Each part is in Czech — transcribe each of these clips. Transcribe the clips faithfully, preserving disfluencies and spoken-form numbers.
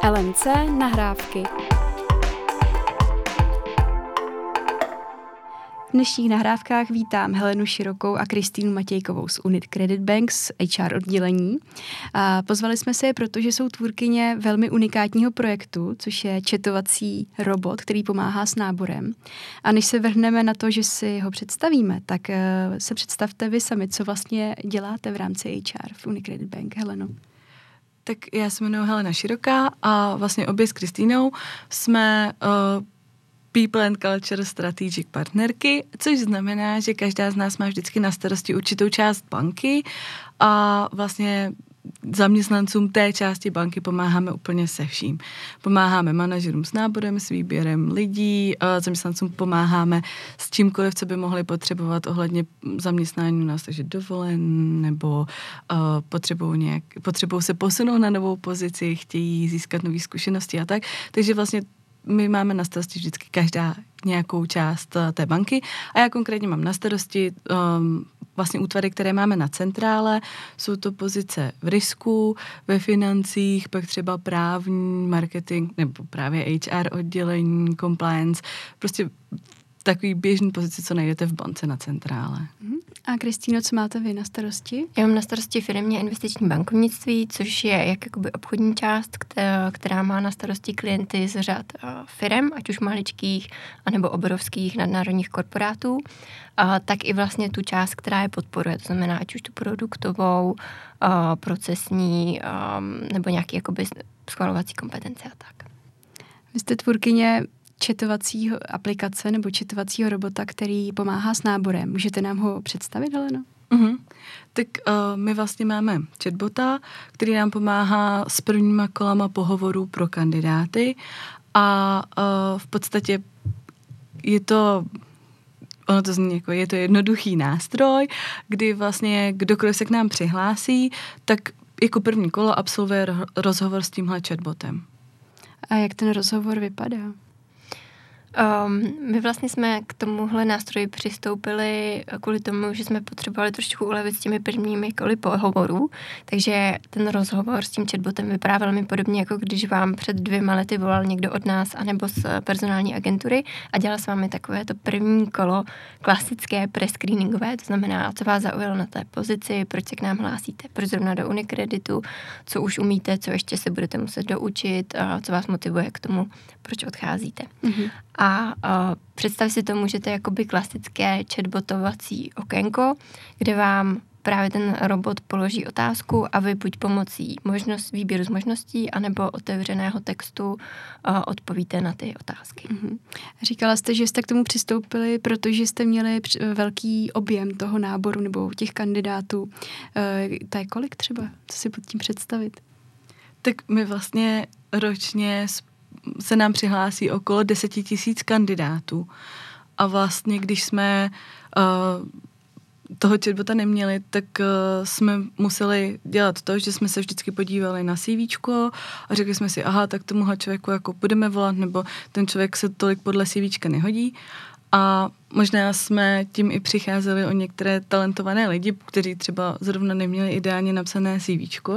el en cé nahrávky. V dnešních nahrávkách vítám Helenu Širokou a Kristýnu Matějkovou z Unit Credit Bank z há er oddělení. A pozvali jsme se je, protože jsou tvůrkyně velmi unikátního projektu, což je četovací robot, který pomáhá s náborem. A než se vrhneme na to, že si ho představíme, tak se představte vy sami, co vlastně děláte v rámci há er v Unit Credit Bank. Heleno. Tak já se jmenuji Helena Široká a vlastně obě s Kristýnou jsme uh, People and Culture Strategic partnerky, což znamená, že každá z nás má vždycky na starosti určitou část banky a vlastně zaměstnancům té části banky pomáháme úplně se vším. Pomáháme manažerům s náborem, s výběrem lidí, zaměstnancům pomáháme s čímkoliv, co by mohli potřebovat ohledně zaměstnání u nás, takže dovolen, nebo uh, potřebují nějak, potřebují se posunout na novou pozici, chtějí získat nové zkušenosti a tak. Takže vlastně my máme na starosti vždycky každá nějakou část uh, té banky a já konkrétně mám na starosti um, vlastně útvary, které máme na centrále, jsou to pozice v risku, ve financích, pak třeba právní, marketing, nebo právě há er oddělení, compliance, prostě takový běžný pozice, co najdete v bance na centrále. A Kristýno, co máte vy na starosti? Já mám na starosti firemně investiční bankovnictví, což je jak jakoby obchodní část, která má na starosti klienty z řad firem, ať už maličkých, anebo obrovských nadnárodních korporátů, a tak i vlastně tu část, která je podporuje, to znamená ať už tu produktovou, procesní, nebo nějaký jakoby schvalovací kompetence a tak. Vy jste tvůrkyně četovacího aplikace nebo četovacího robota, který pomáhá s náborem. Můžete nám ho představit, Heleno? Uh-huh. Tak uh, my vlastně máme chatbota, který nám pomáhá s prvníma kolama pohovorů pro kandidáty a uh, v podstatě je to ono to zní jako, je to jednoduchý nástroj, kdy vlastně kdokoliv se k nám přihlásí, tak jako první kolo absolvuje rozhovor s tímhle chatbotem. A jak ten rozhovor vypadá? Um, my vlastně jsme k tomuhle nástroji přistoupili kvůli tomu, že jsme potřebovali trošku ulevit s těmi prvními koly pohovorů, takže ten rozhovor s tím chatbotem vypadá velmi podobně, jako když vám před dvěma lety volal někdo od nás anebo z personální agentury a dělal s vámi takové to první kolo klasické prescreeningové, to znamená, co vás zaujalo na té pozici, proč se k nám hlásíte, proč zrovna do Unikreditu, co už umíte, co ještě se budete muset doučit, a co vás motivuje k tomu, proč odcházíte. Mm-hmm. A uh, představ si to můžete jakoby klasické chatbotovací okénko, kde vám právě ten robot položí otázku a vy buď pomocí možnost, výběru z možností anebo otevřeného textu uh, odpovíte na ty otázky. Mm-hmm. Říkala jste, že jste k tomu přistoupili, protože jste měli velký objem toho náboru nebo těch kandidátů. Uh, to je kolik třeba? Co si pod tím představit? Tak my vlastně ročně se nám přihlásí okolo deset tisíc kandidátů. A vlastně, když jsme uh, toho chatbota neměli, tak uh, jsme museli dělat to, že jsme se vždycky podívali na CVčko a řekli jsme si, aha, tak tomuhle člověku jako budeme volat, nebo ten člověk se tolik podle CVčka nehodí. A možná jsme tím i přicházeli o některé talentované lidi, kteří třeba zrovna neměli ideálně napsané CVčko.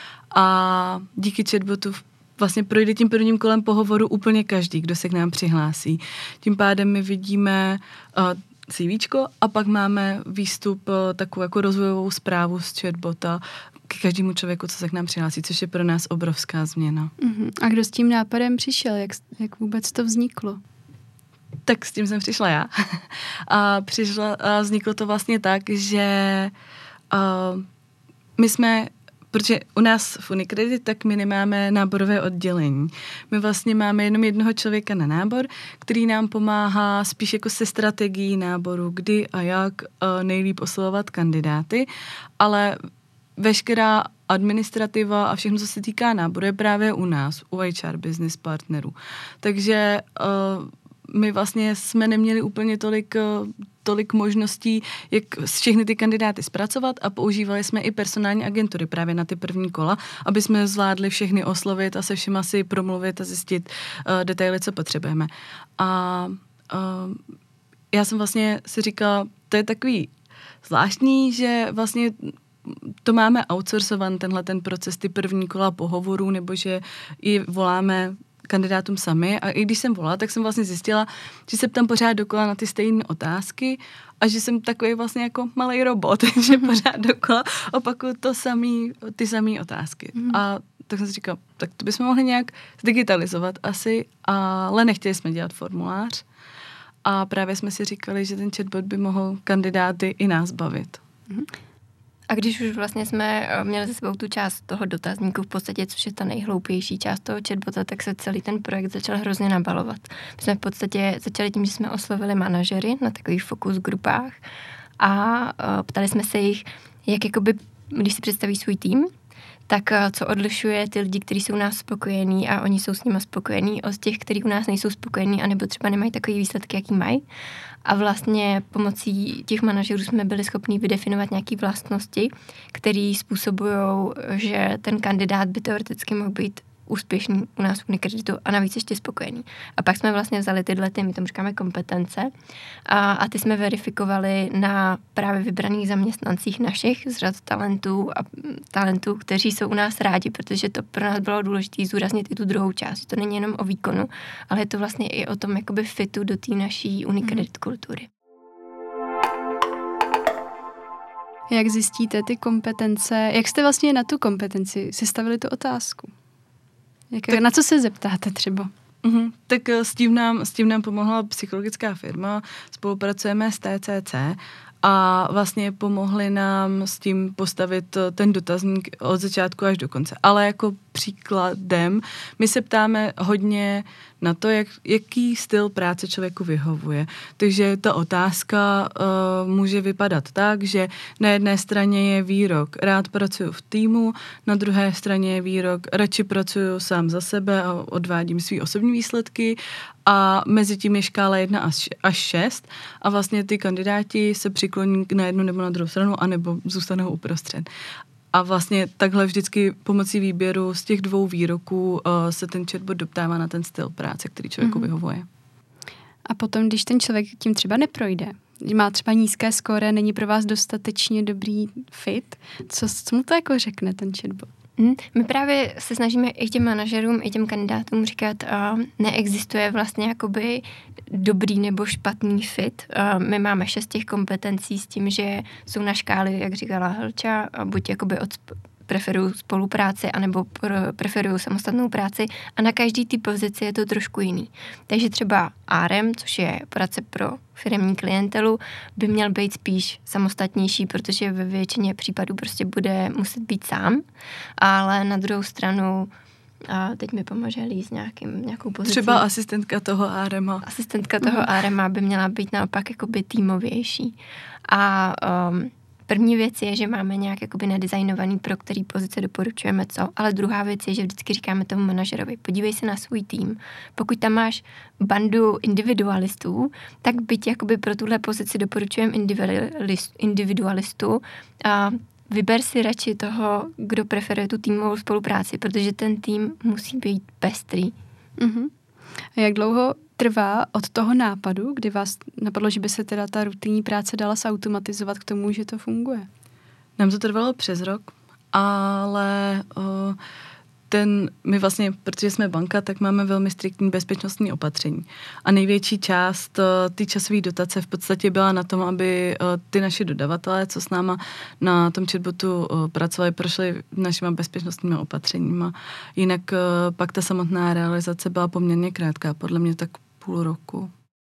A díky chatbotu vlastně projde tím prvním kolem pohovoru úplně každý, kdo se k nám přihlásí. Tím pádem my vidíme uh, CVčko a pak máme výstup, uh, takovou jako rozvojovou zprávu z chatbota k každému člověku, co se k nám přihlásí, což je pro nás obrovská změna. Uh-huh. A kdo s tím nápadem přišel? Jak, jak vůbec to vzniklo? Tak s tím jsem přišla já. a, přišla, a vzniklo to vlastně tak, že uh, my jsme protože u nás v Unicredit tak my nemáme náborové oddělení. My vlastně máme jenom jednoho člověka na nábor, který nám pomáhá spíš jako se strategií náboru, kdy a jak uh, nejlíp oslovovat kandidáty, ale veškerá administrativa a všechno, co se týká náboru, je právě u nás, u há er business partnerů. Takže uh, my vlastně jsme neměli úplně tolik, tolik možností, jak všechny ty kandidáty zpracovat a používali jsme i personální agentury právě na ty první kola, aby jsme zvládli všechny oslovit a se všema si promluvit a zjistit uh, detaily, co potřebujeme. A uh, já jsem vlastně si říkala, to je takový zvláštní, že vlastně to máme outsourcovan, tenhle ten proces, ty první kola pohovorů, nebo že i voláme kandidátům sami a i když jsem volala, tak jsem vlastně zjistila, že se ptám pořád dokola na ty stejné otázky a že jsem takový vlastně jako malej robot, že pořád dokola opakuju to samý, ty samé otázky. Mm. A tak jsem si říkala, tak to bychom mohli nějak zdigitalizovat asi, ale nechtěli jsme dělat formulář a právě jsme si říkali, že ten chatbot by mohl kandidáty i nás bavit. Mm. A když už vlastně jsme měli za sebou tu část toho dotazníku v podstatě, což je ta nejhloupější část toho chatbota, tak se celý ten projekt začal hrozně nabalovat. My jsme v podstatě začali tím, že jsme oslovili manažery na takových fokus grupách a ptali jsme se jich, jak jakoby, když si představí svůj tým, tak co odlišuje ty lidi, kteří jsou u nás spokojení a oni jsou s nimi spokojení, od těch, kteří u nás nejsou spokojení, anebo třeba nemají takový výsledky, jaký mají. A vlastně pomocí těch manažerů jsme byli schopni vydefinovat nějaké vlastnosti, které způsobují, že ten kandidát by teoreticky mohl být úspěšný u nás v Unikreditu a navíc ještě spokojený. A pak jsme vlastně vzali tyhle, ty, my tomu říkáme kompetence, a, a ty jsme verifikovali na právě vybraných zaměstnancích našich z řad talentů a talentů, kteří jsou u nás rádi, protože to pro nás bylo důležité zúraznit i tu druhou část. To není jenom o výkonu, ale je to vlastně i o tom jakoby fitu do té naší Unikredit kultury. Jak zjistíte ty kompetence, jak jste vlastně na tu kompetenci sestavili tu otázku? Jak, tak, na co se zeptáte třeba? Uh-huh. Tak s tím, nám, s tím nám pomohla psychologická firma, spolupracujeme s T C C a vlastně pomohli nám s tím postavit ten dotazník od začátku až do konce. Ale jako příkladem, my se ptáme hodně na to, jak, jaký styl práce člověku vyhovuje. Takže ta otázka uh, může vypadat tak, že na jedné straně je výrok rád pracuju v týmu, na druhé straně je výrok radši pracuju sám za sebe a odvádím svý osobní výsledky a mezi tím je škála jedna až šest a vlastně ty kandidáti se přikloní na jednu nebo na druhou stranu anebo zůstanou uprostřed. A vlastně takhle vždycky pomocí výběru z těch dvou výroků uh, se ten chatbot doptává na ten styl práce, který člověku mm-hmm. vyhovuje. A potom, když ten člověk tím třeba neprojde, má třeba nízké skóre, není pro vás dostatečně dobrý fit, co, co mu to jako řekne ten chatbot? Hmm, my právě se snažíme i těm manažerům, i těm kandidátům říkat, uh, neexistuje vlastně jakoby dobrý nebo špatný fit. Uh, my máme šest těch kompetencí s tím, že jsou na škály, jak říkala Helča, buď jakoby od preferuju spolupráci, anebo preferuju samostatnou práci a na každý ty pozici je to trošku jiný. Takže třeba R M, což je práce pro firemní klientelu, by měl být spíš samostatnější, protože ve většině případů prostě bude muset být sám, ale na druhou stranu a teď mi pomůže líst nějakým, nějakou pozicí. Třeba asistentka toho R M a. Asistentka toho mm. R M a by měla být naopak jakoby týmovější. A um, první věc je, že máme nějak jakoby nadizajnovaný, pro který pozice doporučujeme co, ale druhá věc je, že vždycky říkáme tomu manažerovi, podívej se na svůj tým. Pokud tam máš bandu individualistů, tak byť jakoby pro tuhle pozici doporučujeme individualist, individualistu a vyber si radši toho, kdo preferuje tu týmovou spolupráci, protože ten tým musí být pestrý. Uh-huh. A jak dlouho trvá od toho nápadu, kdy vás napadlo, že by se teda ta rutinní práce dala zautomatizovat k tomu, že to funguje? Nám to trvalo přes rok, ale o, ten, my vlastně, protože jsme banka, tak máme velmi striktní bezpečnostní opatření. A největší část ty časové dotace v podstatě byla na tom, aby o, ty naši dodavatelé, co s náma na tom chatbotu o, pracovali, prošli našima bezpečnostními opatřeníma. Jinak o, pak ta samotná realizace byla poměrně krátká, podle mě tak půl roku.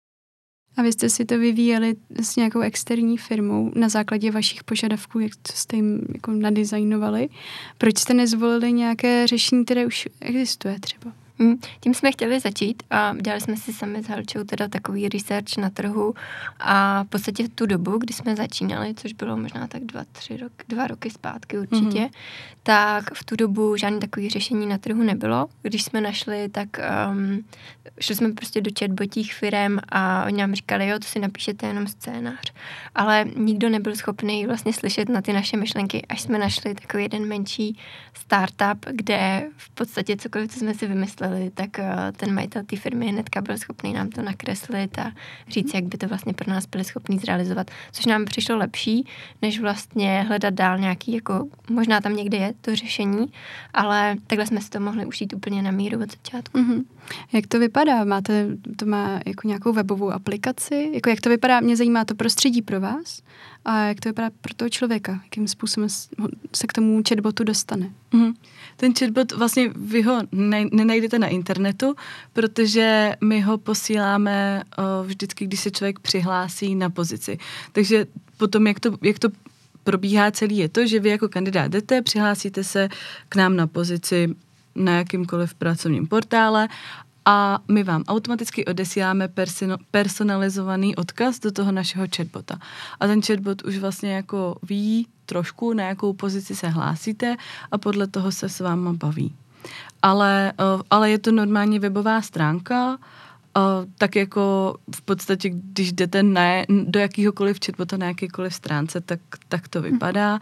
A vy jste si to vyvíjeli s nějakou externí firmou na základě vašich požadavků, jak jste jim jako nadizajnovali. Proč jste nezvolili nějaké řešení, které už existuje třeba? Hmm, tím jsme chtěli začít a dělali jsme si sami s Helčou teda takový research na trhu a v podstatě v tu dobu, kdy jsme začínali, což bylo možná tak dva, tři roky, dva roky zpátky určitě, mm-hmm. tak v tu dobu žádné takové řešení na trhu nebylo. Když jsme našli, tak um, šli jsme prostě do chatbotích firem a oni nám říkali, jo, to si napíšete jenom scénář. Ale nikdo nebyl schopný vlastně slyšet na ty naše myšlenky, až jsme našli takový jeden menší startup, kde v podstatě cokoliv, co jsme si vymysleli, vymysleli, tak uh, ten majitel té firmy hnedka byl schopný nám to nakreslit a říct, jak by to vlastně pro nás byli schopní zrealizovat, což nám přišlo lepší, než vlastně hledat dál nějaký, jako možná tam někde je to řešení, ale takhle jsme si to mohli ušít úplně na míru od začátku. Mm-hmm. Jak to vypadá? Máte, to má jako nějakou webovou aplikaci? Jako jak to vypadá? Mě zajímá to prostředí pro vás a jak to vypadá pro toho člověka? Jakým způsobem se k tomu chatbotu dostane? Mm-hmm. Ten chatbot vlastně vy ho ne- nenajdete na internetu, protože my ho posíláme o, vždycky, když se člověk přihlásí na pozici. Takže potom, jak to, jak to probíhá celý, je to, že vy jako kandidát jdete, přihlásíte se k nám na pozici na jakýmkoliv pracovním portále a my vám automaticky odesíláme persino- personalizovaný odkaz do toho našeho chatbota. A ten chatbot už vlastně jako ví trošku, na jakou pozici se hlásíte a podle toho se s váma baví. Ale, ale je to normálně webová stránka, tak jako v podstatě, když jdete na, do jakýhokoliv chatbota na jakékoliv stránce, tak, tak to vypadá.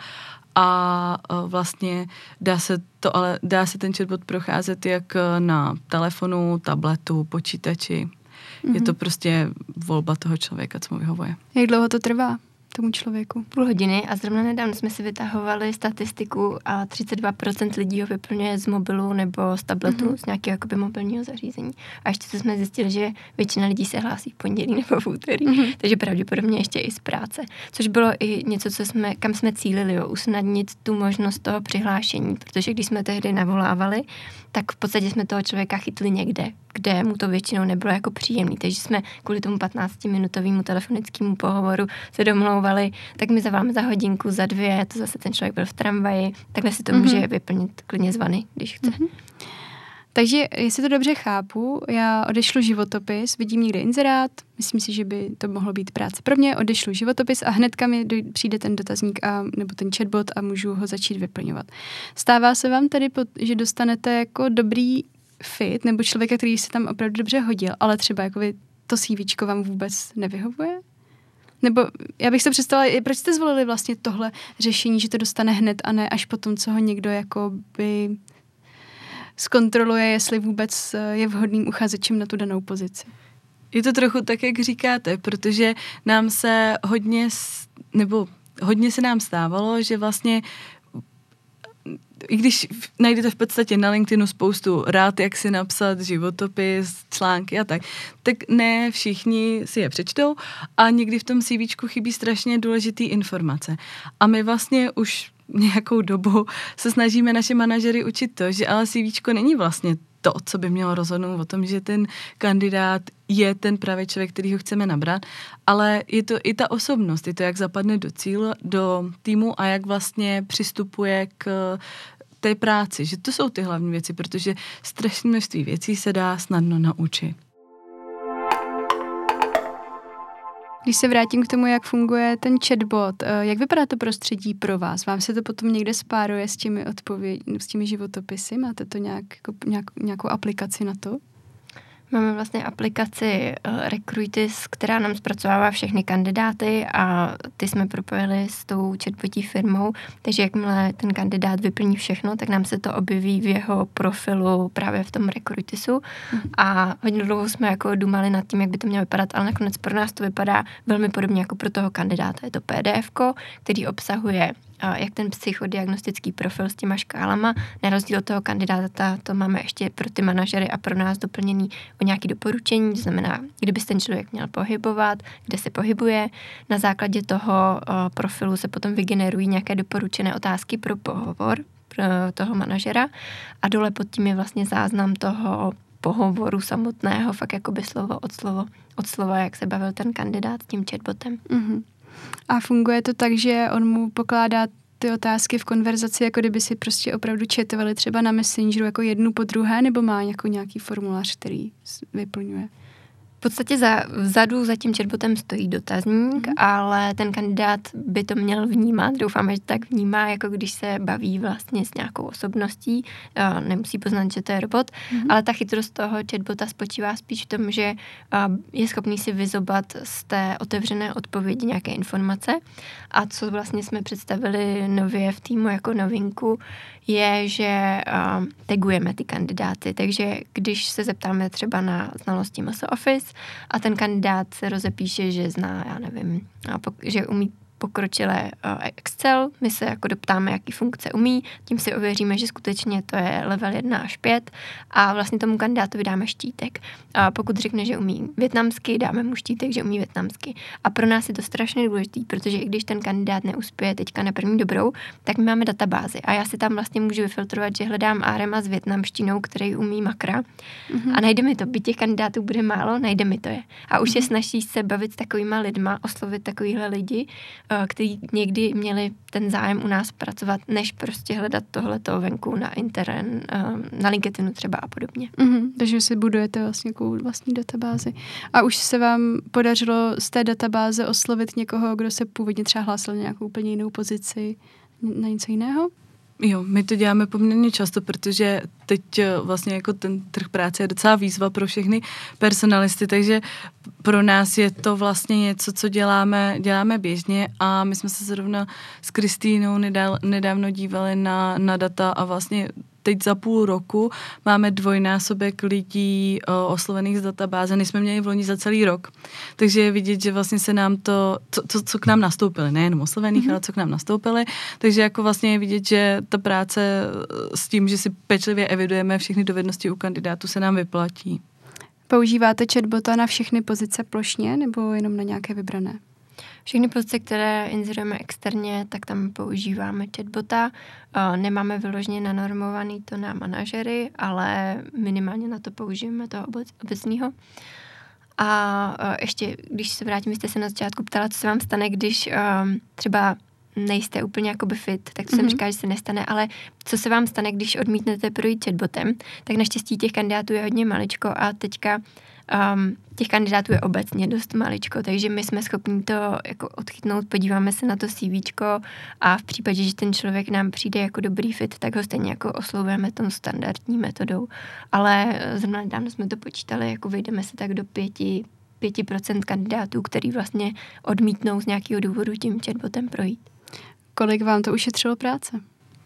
A vlastně dá se to, ale dá se ten chatbot procházet jak na telefonu, tabletu, počítači. Mm-hmm. Je to prostě volba toho člověka, co mu vyhovuje. Jak dlouho to trvá tomu člověku? Půl hodiny a zrovna nedávno jsme si vytahovali statistiku a třicet dva procent lidí ho vyplňuje z mobilu nebo z tabletu, mm-hmm. z nějakého jakoby mobilního zařízení. A ještě co jsme zjistili, že většina lidí se hlásí v pondělí nebo v úterý, mm-hmm. takže pravděpodobně ještě i z práce. Což bylo i něco, co jsme, kam jsme cílili, jo, usnadnit tu možnost toho přihlášení, protože když jsme tehdy navolávali, tak v podstatě jsme toho člověka chytli někde, kde mu to většinou nebylo jako příjemný. Takže jsme kvůli tomu patnáctiminutovému telefonickému pohovoru se domlouvali, tak my zavoláme za hodinku, za dvě, to zase ten člověk byl v tramvaji, takhle si to mm-hmm. může vyplnit klidně zvany, když chce. Mm-hmm. Takže, jestli to dobře chápu, já odešlu životopis, vidím někde inzerát, myslím si, že by to mohlo být práce pro mě, odešlu životopis a hnedka mi doj- přijde ten dotazník a, nebo ten chatbot a můžu ho začít vyplňovat. Stává se vám tedy, že dostanete jako dobrý fit, nebo člověka, který se tam opravdu dobře hodil, ale třeba jako vy, to CVčko vám vůbec nevyhovuje? Nebo já bych se představila, proč jste zvolili vlastně tohle řešení, že to dostane hned a ne až potom, co ho někdo jakoby zkontroluje, jestli vůbec je vhodným uchazečem na tu danou pozici? Je to trochu tak, jak říkáte, protože nám se hodně, nebo hodně se nám stávalo, že vlastně i když najdete v podstatě na LinkedInu spoustu rád, jak si napsat životopis, články a tak, tak ne všichni si je přečtou a někdy v tom CVčku chybí strašně důležitý informace. A my vlastně už nějakou dobu se snažíme naše manažery učit to, že ale CVčko není vlastně to, co by mělo rozhodnout o tom, že ten kandidát je ten pravý člověk, který ho chceme nabrat, ale je to i ta osobnost, je to, jak zapadne do cíle, do týmu a jak vlastně přistupuje k té práci, že to jsou ty hlavní věci, protože strašné množství věcí se dá snadno naučit. Když se vrátím k tomu, jak funguje ten chatbot, jak vypadá to prostředí pro vás? Vám se to potom někde spáruje s těmi odpovědi, s těmi životopisy? Máte to nějak, jako, nějak, nějakou aplikaci na to? Máme vlastně aplikaci uh, Recruitis, která nám zpracovává všechny kandidáty a ty jsme propojili s tou chatbotí firmou, takže jakmile ten kandidát vyplní všechno, tak nám se to objeví v jeho profilu právě v tom Recruitisu mm. a hodně dlouho jsme jako dumali nad tím, jak by to mělo vypadat, ale nakonec pro nás to vypadá velmi podobně jako pro toho kandidáta. Je to P D F ko, který obsahuje jak ten psychodiagnostický profil s těma škálama. Na rozdíl od toho kandidáta to máme ještě pro ty manažery a pro nás doplněný o nějaké doporučení, to znamená, kde by se ten člověk měl pohybovat, kde se pohybuje. Na základě toho profilu se potom vygenerují nějaké doporučené otázky pro pohovor pro toho manažera a dole pod tím je vlastně záznam toho pohovoru samotného, fakt jakoby slovo od slovo, od slova, jak se bavil ten kandidát s tím chatbotem. Mm-hmm. A funguje to tak, že on mu pokládá ty otázky v konverzaci, jako kdyby si prostě opravdu chatovali třeba na Messengeru jako jednu po druhé, nebo má jako nějaký formulář, který vyplňuje? podstatě za, vzadu za tím chatbotem stojí dotazník, mm. ale ten kandidát by to měl vnímat. Doufáme, že tak vnímá, jako když se baví vlastně s nějakou osobností. Uh, nemusí poznat, že to je robot, mm. ale ta chytrost toho chatbota spočívá spíš v tom, že uh, je schopný si vyzobat z té otevřené odpovědi nějaké informace. A co vlastně jsme představili nově v týmu jako novinku, je, že uh, tagujeme ty kandidáty. Takže když se zeptáme třeba na znalosti M S Office a ten kandidát se rozepíše, že zná, já nevím, že umí pokročilé Excel, my se jako doptáme, jaký funkce umí, tím si ověříme, že skutečně to je level jedna až pět a vlastně tomu kandidátovi dáme štítek. A pokud řekne, že umí vietnamsky, dáme mu štítek, že umí vietnamsky. A pro nás je to strašně důležitý, protože i když ten kandidát neuspěje teďka na první dobrou, tak my máme databázi a já si tam vlastně můžu vyfiltrovat, že hledám Arema s vietnamštinou, který umí makra mm-hmm. a najde mi to, byť těch kandidátů bude málo, najde mi to je. A už mm-hmm. je snaží se bavit s takovýma lidma, oslovit takovýhle lidi, který někdy měli ten zájem u nás pracovat, než prostě hledat tohleto venku na interen, na LinkedInu třeba a podobně. Mm-hmm, takže si budujete vlastně nějakou vlastní databázi. A už se vám podařilo z té databáze oslovit někoho, kdo se původně třeba hlásil na nějakou úplně jinou pozici, na něco jiného? Jo, my to děláme poměrně často, protože teď vlastně jako ten trh práce je docela výzva pro všechny personalisty, takže pro nás je to vlastně něco, co děláme, děláme běžně a my jsme se zrovna s Kristýnou nedávno dívali na, na data a vlastně teď za půl roku máme dvojnásobek lidí o, oslovených z databáze, než jsme měli v loni za celý rok. Takže je vidět, že vlastně se nám to, co, co, co k nám nastoupili, nejenom oslovených, mm-hmm. ale co k nám nastoupili. Takže jako vlastně je vidět, že ta práce s tím, že si pečlivě evidujeme všechny dovednosti u kandidátů, se nám vyplatí. Používáte chatbota na všechny pozice plošně nebo jenom na nějaké vybrané? Všechny pozice, které inzerujeme externě, tak tam používáme chatbota. Nemáme vyloženě nanormovaný to na manažery, ale minimálně na to použijeme toho obecného. A ještě, když se vrátím, vy jste se na začátku ptala, co se vám stane, když třeba nejste úplně jakoby fit, tak to mm-hmm. jsem říkala, že se nestane, ale co se vám stane, když odmítnete projít chatbotem, tak naštěstí těch kandidátů je hodně maličko a teďka um, těch kandidátů je obecně dost maličko, takže my jsme schopni to jako odchytnout, podíváme se na to CVčko a v případě, že ten člověk nám přijde jako dobrý fit, tak ho stejně jako oslovujeme tou standardní metodou. Ale zrovna nedávno jsme to počítali, jako vejdeme se tak do pěti, pěti procent kandidátů, který vlastně odmítnou z nějakého důvodu tím chatbotem projít. Kolik vám to ušetřilo práce?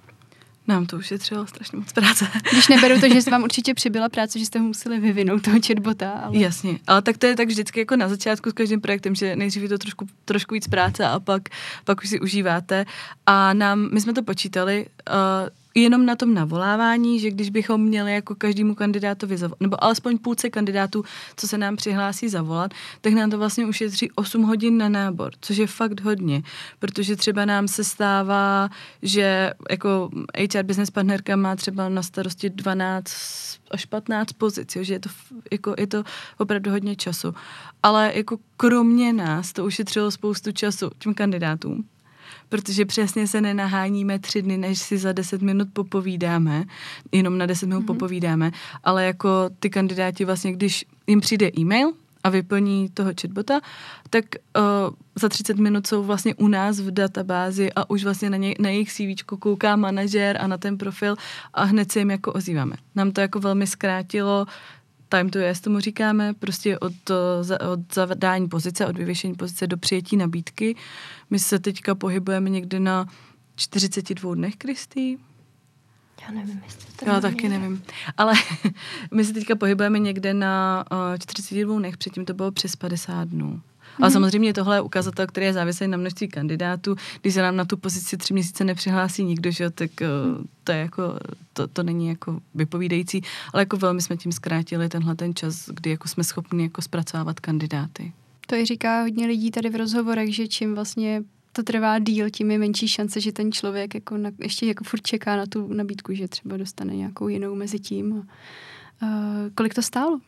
Nám to ušetřilo strašně moc práce. Když neberu to, že se vám určitě přibyla práce, že jste ho museli vyvinout, toho chatbota. Ale... Jasně, ale tak to je tak vždycky jako na začátku s každým projektem, že nejdřív je to trošku, trošku víc práce a pak, pak už si užíváte. A nám, my jsme to počítali, uh, jenom na tom navolávání, že když bychom měli jako každému kandidátovi zavolat, nebo alespoň půlce kandidátů, co se nám přihlásí zavolat, tak nám to vlastně ušetří osm hodin na nábor, což je fakt hodně, protože třeba nám se stává, že jako H R business partnerka má třeba na starosti dvanáct až patnáct pozic, jo, že je to, jako, je to opravdu hodně času. Ale jako kromě nás to ušetřilo spoustu času těm kandidátům, protože přesně se nenaháníme tři dny, než si za deset minut popovídáme, jenom na deset minut mm-hmm. popovídáme, ale jako ty kandidáti vlastně, když jim přijde e-mail a vyplní toho chatbota, tak uh, za třicet minut jsou vlastně u nás v databázi a už vlastně na, ně, na jejich CVčko kouká manažér a na ten profil a hned se jim jako ozýváme. Nám to jako velmi zkrátilo time to yes, tomu říkáme, prostě od, od zadání pozice, od vyvěšení pozice do přijetí nabídky. My se teďka pohybujeme někde na čtyřiceti dvou dnech, Kristý. Já nevím, jestli to Já taky nevím. Ale my se teďka pohybujeme někde na uh, čtyřiceti dvou dnech, předtím to bylo přes padesát dnů. Ale samozřejmě tohle je ukazatel, který je závislý na množství kandidátů. Když se nám na tu pozici tři měsíce nepřihlásí nikdo, že, tak uh, to, je jako, to, to není jako vypovídající. Ale jako velmi jsme tím zkrátili tenhle ten čas, kdy jako jsme schopni jako zpracovávat kandidáty. To i říká hodně lidí tady v rozhovorech, že čím vlastně to trvá díl, tím je menší šance, že ten člověk jako na, ještě jako furt čeká na tu nabídku, že třeba dostane nějakou jinou mezi tím. A, uh, kolik to stálo?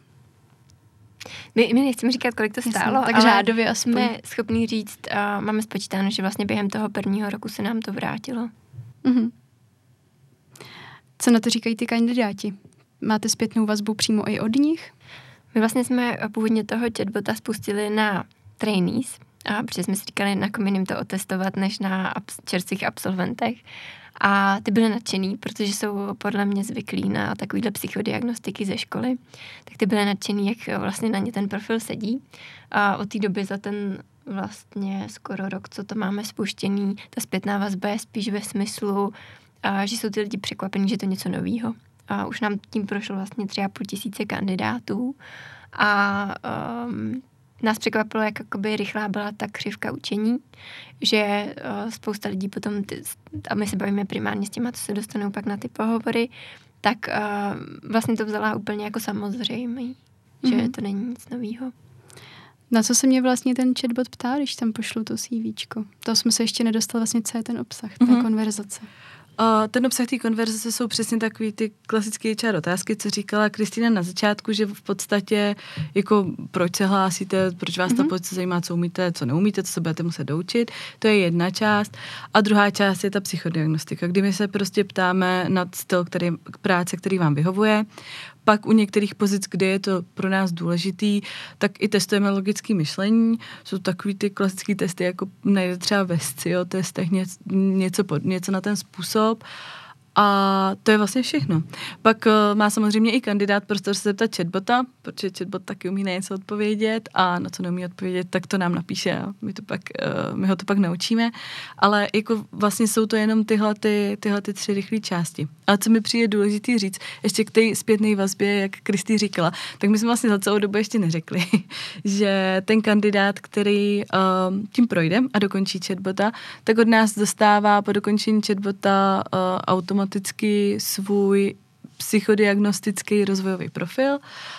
My, my nechceme říkat, kolik to stálo, Jasně, tak ale řádově aspoň. Jsme schopní říct, uh, máme spočítáno, že vlastně během toho prvního roku se nám to vrátilo. Mm-hmm. Co na to říkají ty kandidáti? Máte zpětnou vazbu přímo i od nich? My vlastně jsme původně toho chatbota spustili na trainees, a protože jsme si říkali, na kom jiným to otestovat, než na abs- čerstvých absolventech. A ty byly nadšený, protože jsou podle mě zvyklí na takovýhle psychodiagnostiky ze školy. Tak ty byly nadšený, jak vlastně na ně ten profil sedí. A od té doby za ten vlastně skoro rok, co to máme spuštěný, ta zpětná vazba je spíš ve smyslu, a že jsou ty lidi překvapení, že to je něco novýho. A už nám tím prošlo vlastně tři a půl tisíce kandidátů. A um, nás překvapilo, jak jakoby rychlá byla ta křivka učení, že uh, spousta lidí potom, ty, a my se bavíme primárně s těma, co se dostanou pak na ty pohovory, tak uh, vlastně to vzala úplně jako samozřejmý, mm-hmm. že to není nic novýho. Na co se mě vlastně ten chatbot ptá, když tam pošlu to CVčko? To jsme se ještě nedostali vlastně, co je ten obsah té mm-hmm. konverzace. Uh, ten obsah té konverzace jsou přesně takový ty klasické H R otázky, co říkala Kristýna na začátku, že v podstatě jako proč se hlásíte, proč vás mm-hmm. ta pozice zajímá, co umíte, co neumíte, co se budete muset doučit. To je jedna část. A druhá část je ta psychodiagnostika, kdy my se prostě ptáme na styl který, práce, který vám vyhovuje. Pak u některých pozic, kde je to pro nás důležitý, tak i testujeme logické myšlení. Jsou takový ty klasické testy, jako najde třeba ve Scio testech něco, něco, pod, něco na ten způsob. A to je vlastně všechno. Pak uh, má samozřejmě i kandidát prostor se zeptat chatbota, protože chatbot taky umí na něco odpovědět a na co neumí odpovědět, tak to nám napíše a my, to pak, uh, my ho to pak naučíme. Ale jako vlastně jsou to jenom tyhle, ty, tyhle ty tři rychlé části. Ale co mi přijde důležitý říct, ještě k té zpětné vazbě, jak Kristý říkala, tak my jsme vlastně za celou dobu ještě neřekli, že ten kandidát, který uh, tím projde a dokončí chatbota, tak od nás dostává po dokončení chatbota uh, automaticky svůj psychodiagnostický rozvojový profil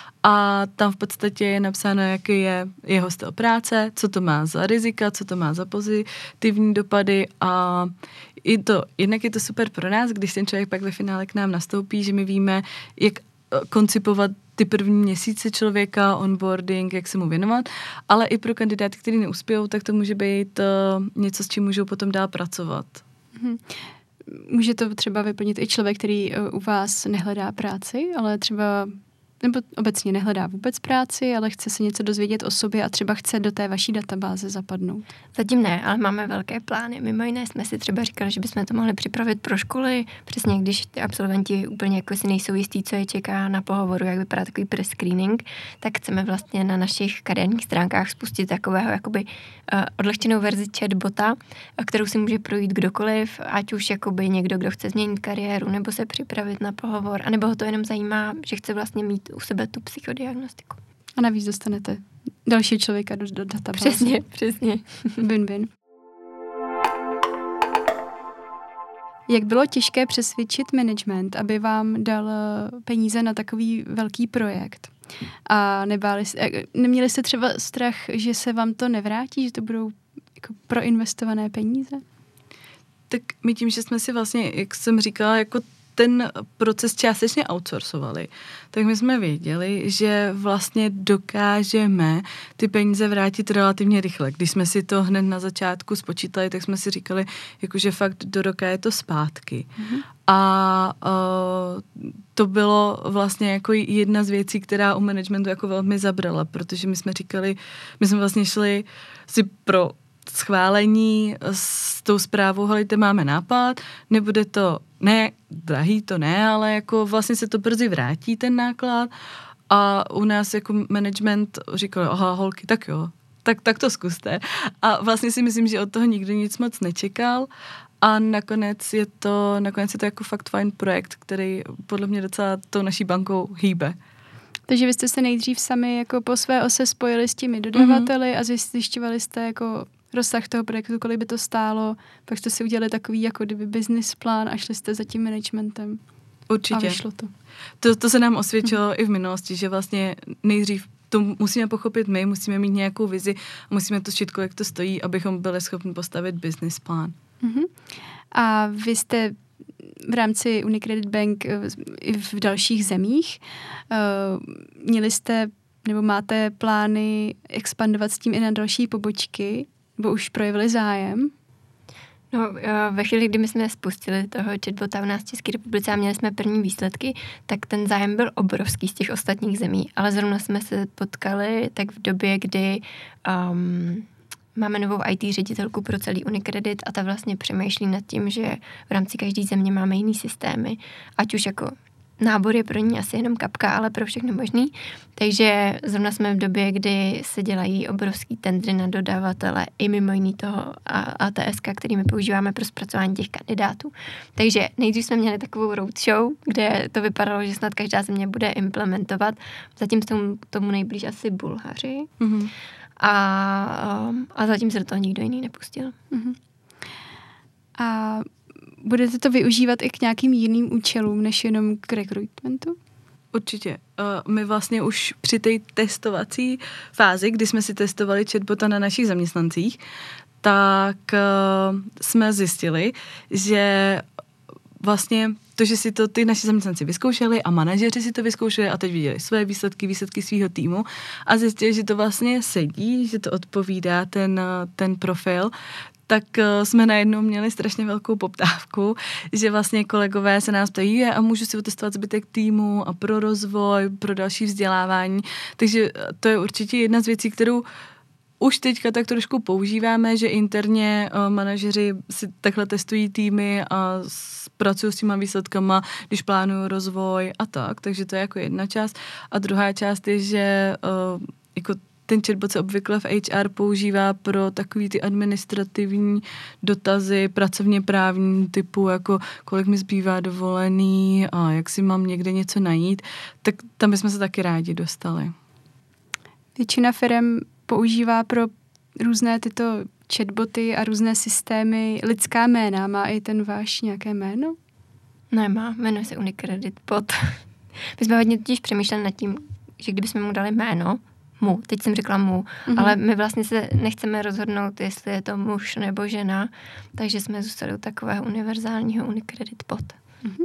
a tam v podstatě je napsáno, jaký je jeho styl práce, co to má za rizika, co to má za pozitivní dopady a i to, jednak je to super pro nás, když ten člověk pak ve finále k nám nastoupí, že my víme, jak koncipovat ty první měsíce člověka, onboarding, jak se mu věnovat, ale i pro kandidáty, kteří neuspějou, tak to může být uh, něco, s čím můžou potom dál pracovat. Mm-hmm. Může to třeba vyplnit i člověk, který u vás nehledá práci, ale třeba, nebo obecně nehledá vůbec práci, ale chce se něco dozvědět o sobě a třeba chce do té vaší databáze zapadnout. Zatím ne, ale máme velké plány. Mimo jiné jsme si třeba říkali, že bychom to mohli připravit pro školy, přesně když ty absolventi úplně jako si nejsou jistí, co je čeká na pohovoru, jak vypadá takový pre-screening, tak chceme vlastně na našich kariérních stránkách spustit takového jakoby uh, odlehčenou verzi chatbota, kterou si může projít kdokoliv, ať už jakoby někdo, kdo chce změnit kariéru, nebo se připravit na pohovor, anebo ho to jenom zajímá, že chce vlastně mít u sebe tu psychodiagnostiku. A navíc dostanete další člověka do, do databáze. Přesně, přesně. Win-win. Jak bylo těžké přesvědčit management, aby vám dal peníze na takový velký projekt? A nebáli, neměli jste třeba strach, že se vám to nevrátí, že to budou jako proinvestované peníze? Tak my tím, že jsme si vlastně, jak jsem říkala, jako ten proces částečně outsourcovali, tak my jsme věděli, že vlastně dokážeme ty peníze vrátit relativně rychle. Když jsme si to hned na začátku spočítali, tak jsme si říkali, jakože fakt do roka je to zpátky. Mm-hmm. A uh, to bylo vlastně jako jedna z věcí, která u managementu jako velmi zabrala, protože my jsme říkali, my jsme vlastně šli si pro schválení s tou zprávou, helejte, máme nápad, nebude to, ne, drahý to ne, ale jako vlastně se to brzy vrátí ten náklad a u nás jako management říkali, aha, holky, tak jo, tak, tak to zkuste. A vlastně si myslím, že od toho nikdo nic moc nečekal a nakonec je to, nakonec je to jako fakt fajn projekt, který podle mě docela tou naší bankou hýbe. Takže vy jste se nejdřív sami jako po své ose spojili s těmi dodavateli mm-hmm. a zjišťovali jste jako rozsah toho projektu, kolik by to stálo, pak jste si udělali takový jako kdyby business plán a šli jste za tím managementem. Určitě. A vyšlo to. To, to se nám osvědčilo mm-hmm. i v minulosti, že vlastně nejdřív to musíme pochopit my, musíme mít nějakou vizi, musíme to šít, kolik to stojí, abychom byli schopni postavit business plán. Mm-hmm. A vy jste v rámci UniCredit Bank i v dalších zemích měli jste nebo máte plány expandovat s tím i na další pobočky? Nebo už projevili zájem? No, ve chvíli, kdy my jsme spustili toho chatbota u nás v České republice a měli jsme první výsledky, tak ten zájem byl obrovský z těch ostatních zemí, ale zrovna jsme se potkali tak v době, kdy um, máme novou í té ředitelku pro celý Unicredit a ta vlastně přemýšlí nad tím, že v rámci každé země máme jiný systémy, ať už jako nábor je pro ní asi jenom kapka, ale pro všechno možný. Takže zrovna jsme v době, kdy se dělají obrovský tendry na dodavatele i mimo jiný toho á té es, který my používáme pro zpracování těch kandidátů. Takže nejdřív jsme měli takovou roadshow, kde to vypadalo, že snad každá země bude implementovat. Zatím jsou tomu nejblíž asi Bulhaři. Mm-hmm. A, a zatím se do toho nikdo jiný nepustil. Mm-hmm. A budete to využívat i k nějakým jiným účelům, než jenom k rekrutmentu? Určitě. Uh, my vlastně už při té testovací fázi, kdy jsme si testovali chatbota na našich zaměstnancích, tak uh, jsme zjistili, že vlastně to, že si to ty naši zaměstnanci vyzkoušeli a manažeři si to vyzkoušeli a teď viděli své výsledky, výsledky svého týmu a zjistili, že to vlastně sedí, že to odpovídá ten, ten profil, tak jsme najednou měli strašně velkou poptávku, že vlastně kolegové se nás ptají, a můžu si otestovat zbytek týmu a pro rozvoj, pro další vzdělávání. Takže to je určitě jedna z věcí, kterou už teďka tak trošku používáme, že interně uh, manažeři si takhle testují týmy a pracují s těma výsledkama, když plánují rozvoj a tak. Takže to je jako jedna část. A druhá část je, že uh, jako ten chatbot se obvykle v há er používá pro takový ty administrativní dotazy, pracovně právní typu, jako kolik mi zbývá dovolený a jak si mám někde něco najít, tak tam bychom se taky rádi dostali. Většina firem používá pro různé tyto chatboty a různé systémy lidská jména. Má i ten váš nějaké jméno? Nemá, jmenuje se Unicredit Pod. My jsme hodně totiž přemýšleli nad tím, že kdybychom mu dali jméno, mu, teď jsem řekla mu, mm-hmm. ale my vlastně se nechceme rozhodnout, jestli je to muž nebo žena, takže jsme zůstali u takového univerzálního Unicredit Pod. Mm-hmm.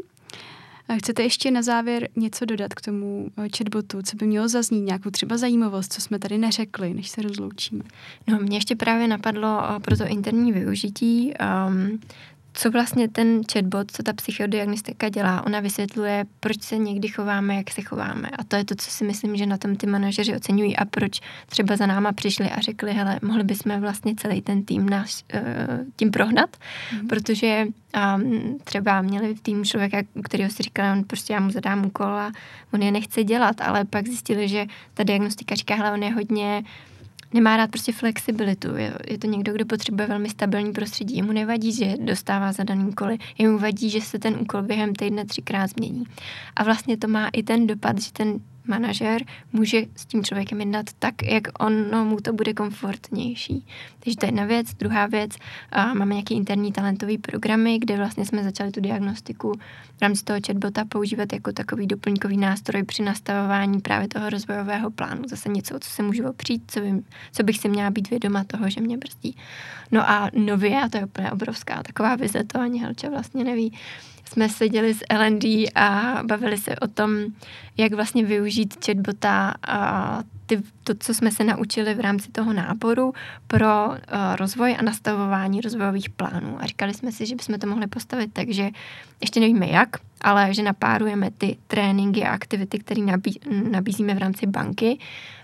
A chcete ještě na závěr něco dodat k tomu chatbotu, co by mělo zaznít, nějakou třeba zajímavost, co jsme tady neřekli, než se rozloučíme? No, mě ještě právě napadlo pro to interní využití, um, co vlastně ten chatbot, co ta psychodiagnostika dělá, ona vysvětluje, proč se někdy chováme, jak se chováme. A to je to, co si myslím, že na tom ty manažeři oceňují a proč třeba za náma přišli a řekli, hele, mohli bychom vlastně celý ten tým náš uh, tím prohnat, mm. protože um, třeba měli v týmu člověka, kterého si říkali, on prostě já mu zadám úkol a on je nechce dělat, ale pak zjistili, že ta diagnostika říká, hele, on je hodně nemá rád prostě flexibilitu. Je, je to někdo, kdo potřebuje velmi stabilní prostředí. Jemu nevadí, že dostává zadaný úkoly. Jemu vadí, že se ten úkol během týdne třikrát změní. A vlastně to má i ten dopad, že ten manažer může s tím člověkem jednat tak, jak ono mu to bude komfortnější. Takže to je jedna věc. Druhá věc, a máme nějaký interní talentový programy, kde vlastně jsme začali tu diagnostiku v rámci toho chatbota používat jako takový doplňkový nástroj při nastavování právě toho rozvojového plánu. Zase něco, co se můžu opřít, co, vím, co bych si měla být vědoma toho, že mě brzdí. No a nově, a to je úplně obrovská taková vize, to ani Helča vlastně neví, jsme seděli s L and D a bavili se o tom, jak vlastně využít chatbota a ty, to, co jsme se naučili v rámci toho náboru pro uh, rozvoj a nastavování rozvojových plánů. A říkali jsme si, že bychom to mohli postavit tak, že ještě nevíme jak, ale že napárujeme ty tréninky a aktivity, které nabí, nabízíme v rámci banky,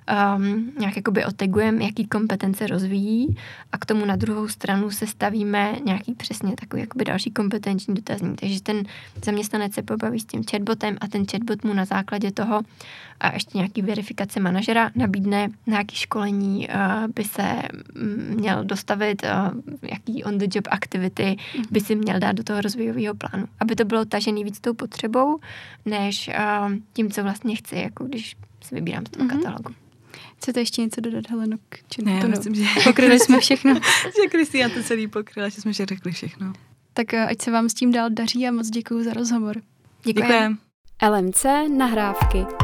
um, nějak jakoby otegujeme, jaký kompetence rozvíjí a k tomu na druhou stranu se stavíme nějaký přesně takový jakoby další kompetenční dotazník. Takže ten zaměstnanec se pobaví s tím chatbotem a ten chatbot mu na základě toho a ještě nějaký verifikace manažera nabídne nějaké školení, uh, by se měl dostavit, uh, jaký on the job activity by si měl dát do toho rozvojového plánu. Aby to bylo tažený víc tou potřebou, než uh, tím, co vlastně chci, jako když si vybírám z toho mm-hmm. katalogu. Chcete ještě něco dodat, Heleno? Ne, já myslím, že pokryli jsme všechno. Že Kristýna to celý pokryla, že jsme že řekli všechno. Tak ať se vám s tím dál daří a moc děkuju za rozhovor. Děkujeme. L M C nahrávky.